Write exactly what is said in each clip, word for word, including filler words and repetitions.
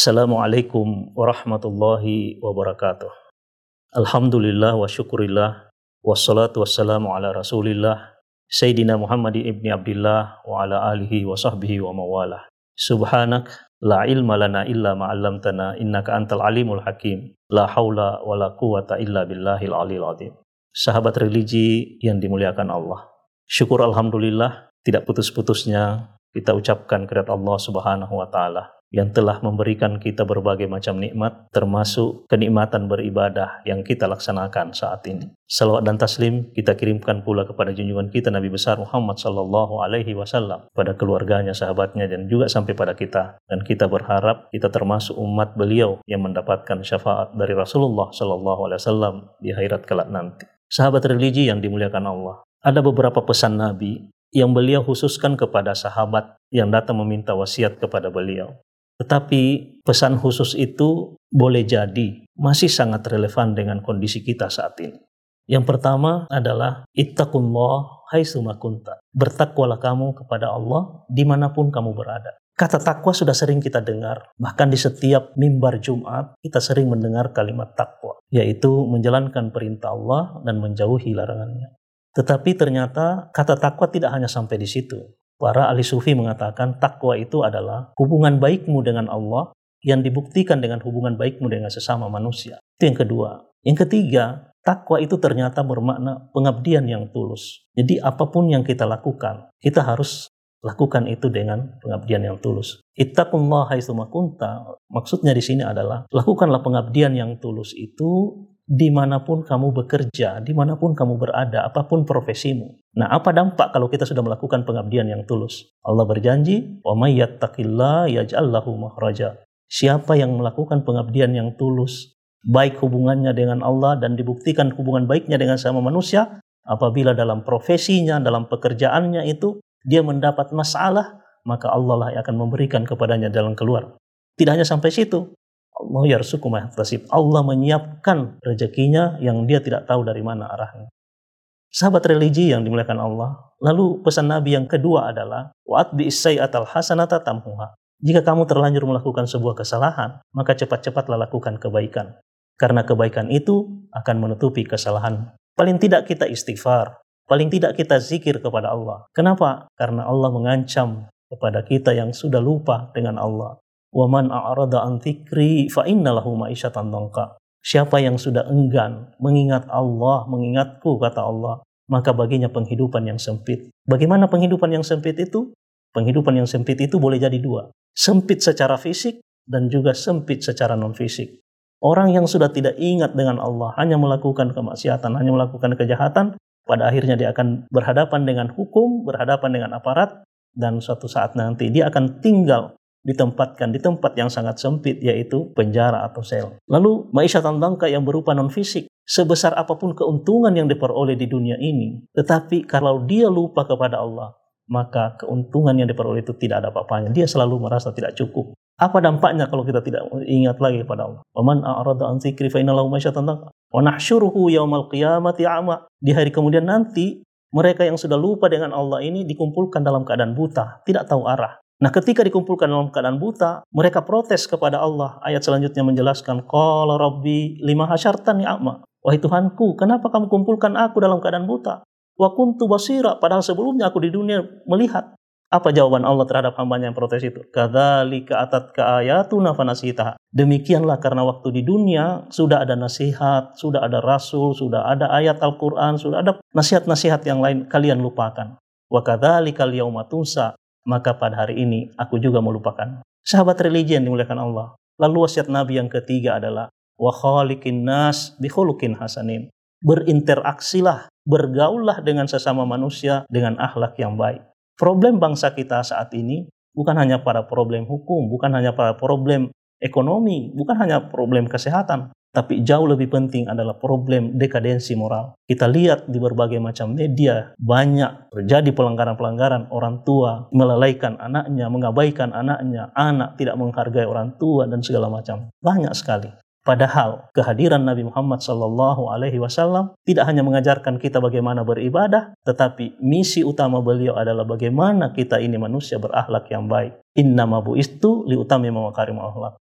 Assalamualaikum warahmatullahi wabarakatuh. Alhamdulillah wa syukurillah wassalatu wassalamu ala rasulillah Sayyidina Muhammad ibni Abdillah wa ala alihi wa sahbihi wa mawalah. Subhanak la ilma lana illa ma'allamtana innaka antal alimul hakim. La haula wa la quwata illa billahil aliyil azim. Sahabat religi yang dimuliakan Allah, syukur alhamdulillah tidak putus-putusnya kita ucapkan kepada Allah Subhanahu wa taala yang telah memberikan kita berbagai macam nikmat, termasuk kenikmatan beribadah yang kita laksanakan saat ini. Salawat dan taslim kita kirimkan pula kepada junjungan kita Nabi besar Muhammad sallallahu alaihi wasallam, pada keluarganya, sahabatnya, dan juga sampai pada kita. Dan kita berharap kita termasuk umat beliau yang mendapatkan syafaat dari Rasulullah sallallahu alaihi wasallam di akhirat kelak nanti. Sahabat religi yang dimuliakan Allah, ada beberapa pesan Nabi yang beliau khususkan kepada sahabat yang datang meminta wasiat kepada beliau. Tetapi pesan khusus itu boleh jadi masih sangat relevan dengan kondisi kita saat ini. Yang pertama adalah ittaqullah haitsuma kunta. Bertakwalah kamu kepada Allah dimanapun kamu berada. Kata takwa sudah sering kita dengar. Bahkan di setiap mimbar Jumat kita sering mendengar kalimat takwa, yaitu menjalankan perintah Allah dan menjauhi larangannya. Tetapi ternyata kata takwa tidak hanya sampai di situ. Para ahli sufi mengatakan takwa itu adalah hubungan baikmu dengan Allah yang dibuktikan dengan hubungan baikmu dengan sesama manusia. Itu yang kedua. Yang ketiga, takwa itu ternyata bermakna pengabdian yang tulus. Jadi apapun yang kita lakukan, kita harus lakukan itu dengan pengabdian yang tulus. Ittaqullaha haitsuma kunta. Maksudnya di sini adalah lakukanlah pengabdian yang tulus itu dimanapun kamu bekerja, dimanapun kamu berada, apapun profesimu. Nah, apa dampak kalau kita sudah melakukan pengabdian yang tulus? Allah berjanji, wa may yattaqillah yaj'al lahu makhraja. Siapa yang melakukan pengabdian yang tulus, baik hubungannya dengan Allah dan dibuktikan hubungan baiknya dengan sama manusia, apabila dalam profesinya, dalam pekerjaannya itu dia mendapat masalah, maka Allah lah yang akan memberikan kepadanya jalan keluar. Tidak hanya sampai situ, Allah yarzuqu ma yahtasib. Allah menyiapkan rezekinya yang dia tidak tahu dari mana arahnya. Sahabat religi yang dimuliakan Allah, lalu pesan Nabi yang kedua adalah wa'atbi as-sayyi'atal hasanata tamhuha. Jika kamu terlanjur melakukan sebuah kesalahan, maka cepat-cepatlah lakukan kebaikan. Karena kebaikan itu akan menutupi kesalahan. Paling tidak kita istighfar, paling tidak kita zikir kepada Allah. Kenapa? Karena Allah mengancam kepada kita yang sudah lupa dengan Allah. Wa man a'rada an dzikri fa innalahu ma'isyatan dhanka. Siapa yang sudah enggan mengingat Allah, mengingatku kata Allah, maka baginya penghidupan yang sempit. Bagaimana penghidupan yang sempit itu? Penghidupan yang sempit itu boleh jadi dua. Sempit secara fisik dan juga sempit secara non fisik. Orang yang sudah tidak ingat dengan Allah, hanya melakukan kemaksiatan, hanya melakukan kejahatan, pada akhirnya dia akan berhadapan dengan hukum, berhadapan dengan aparat, dan suatu saat nanti dia akan tinggal ditempatkan di tempat yang sangat sempit, yaitu penjara atau sel. Lalu ma'isyatan dhanka yang berupa non fisik, sebesar apapun keuntungan yang diperoleh di dunia ini, tetapi kalau dia lupa kepada Allah, maka keuntungan yang diperoleh itu tidak ada apa-apanya. Dia selalu merasa tidak cukup. Apa dampaknya kalau kita tidak ingat lagi kepada Allah? Wa man a'rada an dzikri fa inna lahu ma'isyatan dhanka wa nahsyuruhu yaumal qiyamati a'ma. Di hari kemudian nanti mereka yang sudah lupa dengan Allah ini dikumpulkan dalam keadaan buta, tidak tahu arah. Nah, ketika dikumpulkan dalam keadaan buta, mereka protes kepada Allah. Ayat selanjutnya menjelaskan, qala rabbi lima hasyartani a'ma. Wahai Tuhanku, kenapa kamu kumpulkan aku dalam keadaan buta? Wa kuntu basira, padahal sebelumnya aku di dunia melihat. Apa jawaban Allah terhadap hambanya yang protes itu? Kadzalika atatka ayatuna fanasitaha. Demikianlah karena waktu di dunia sudah ada nasihat, sudah ada rasul, sudah ada ayat Al-Qur'an, sudah ada nasihat-nasihat yang lain, kalian lupakan. Wa kadzalikal yauma tunsa. Maka pada hari ini aku juga melupakan. Sahabat religi yang dimuliakan Allah. Lalu wasiat Nabi yang ketiga adalah wa khaliqin nas bi khuluqin hasanin. Berinteraksilah, bergaullah dengan sesama manusia dengan akhlak yang baik. Problem bangsa kita saat ini bukan hanya pada problem hukum, bukan hanya pada problem ekonomi, bukan hanya problem kesehatan, tapi jauh lebih penting adalah problem dekadensi moral. Kita lihat di berbagai macam media, banyak terjadi pelanggaran-pelanggaran, orang tua melalaikan anaknya, mengabaikan anaknya, anak tidak menghargai orang tua, dan segala macam. Banyak sekali. Padahal kehadiran Nabi Muhammad sallallahu alaihi wasallam tidak hanya mengajarkan kita bagaimana beribadah, tetapi misi utama beliau adalah bagaimana kita ini manusia berakhlak yang baik. Innama bu'istu liutammima makarimul akhlak.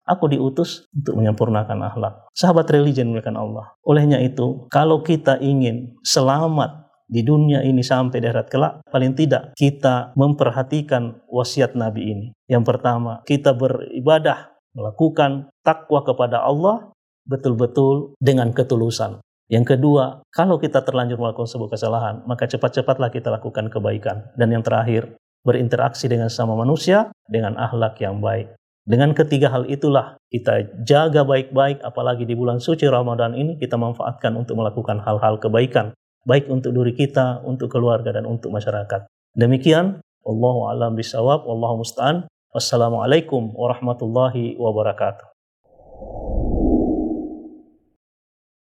Aku diutus untuk menyempurnakan akhlak. Sahabat religi yang dimuliakan Allah. Olehnya itu, kalau kita ingin selamat di dunia ini sampai di akhirat kelak, paling tidak kita memperhatikan wasiat Nabi ini. Yang pertama, kita beribadah, melakukan takwa kepada Allah betul-betul dengan ketulusan. Yang kedua, kalau kita terlanjur melakukan sebuah kesalahan, maka cepat-cepatlah kita lakukan kebaikan. Dan yang terakhir, berinteraksi dengan sesama manusia dengan akhlak yang baik. Dengan ketiga hal itulah kita jaga baik-baik, apalagi di bulan suci Ramadan ini kita manfaatkan untuk melakukan hal-hal kebaikan, baik untuk diri kita, untuk keluarga, dan untuk masyarakat. Demikian, wallahu a'lam bishawab, wallahu musta'an. Wassalamualaikum warahmatullahi wabarakatuh.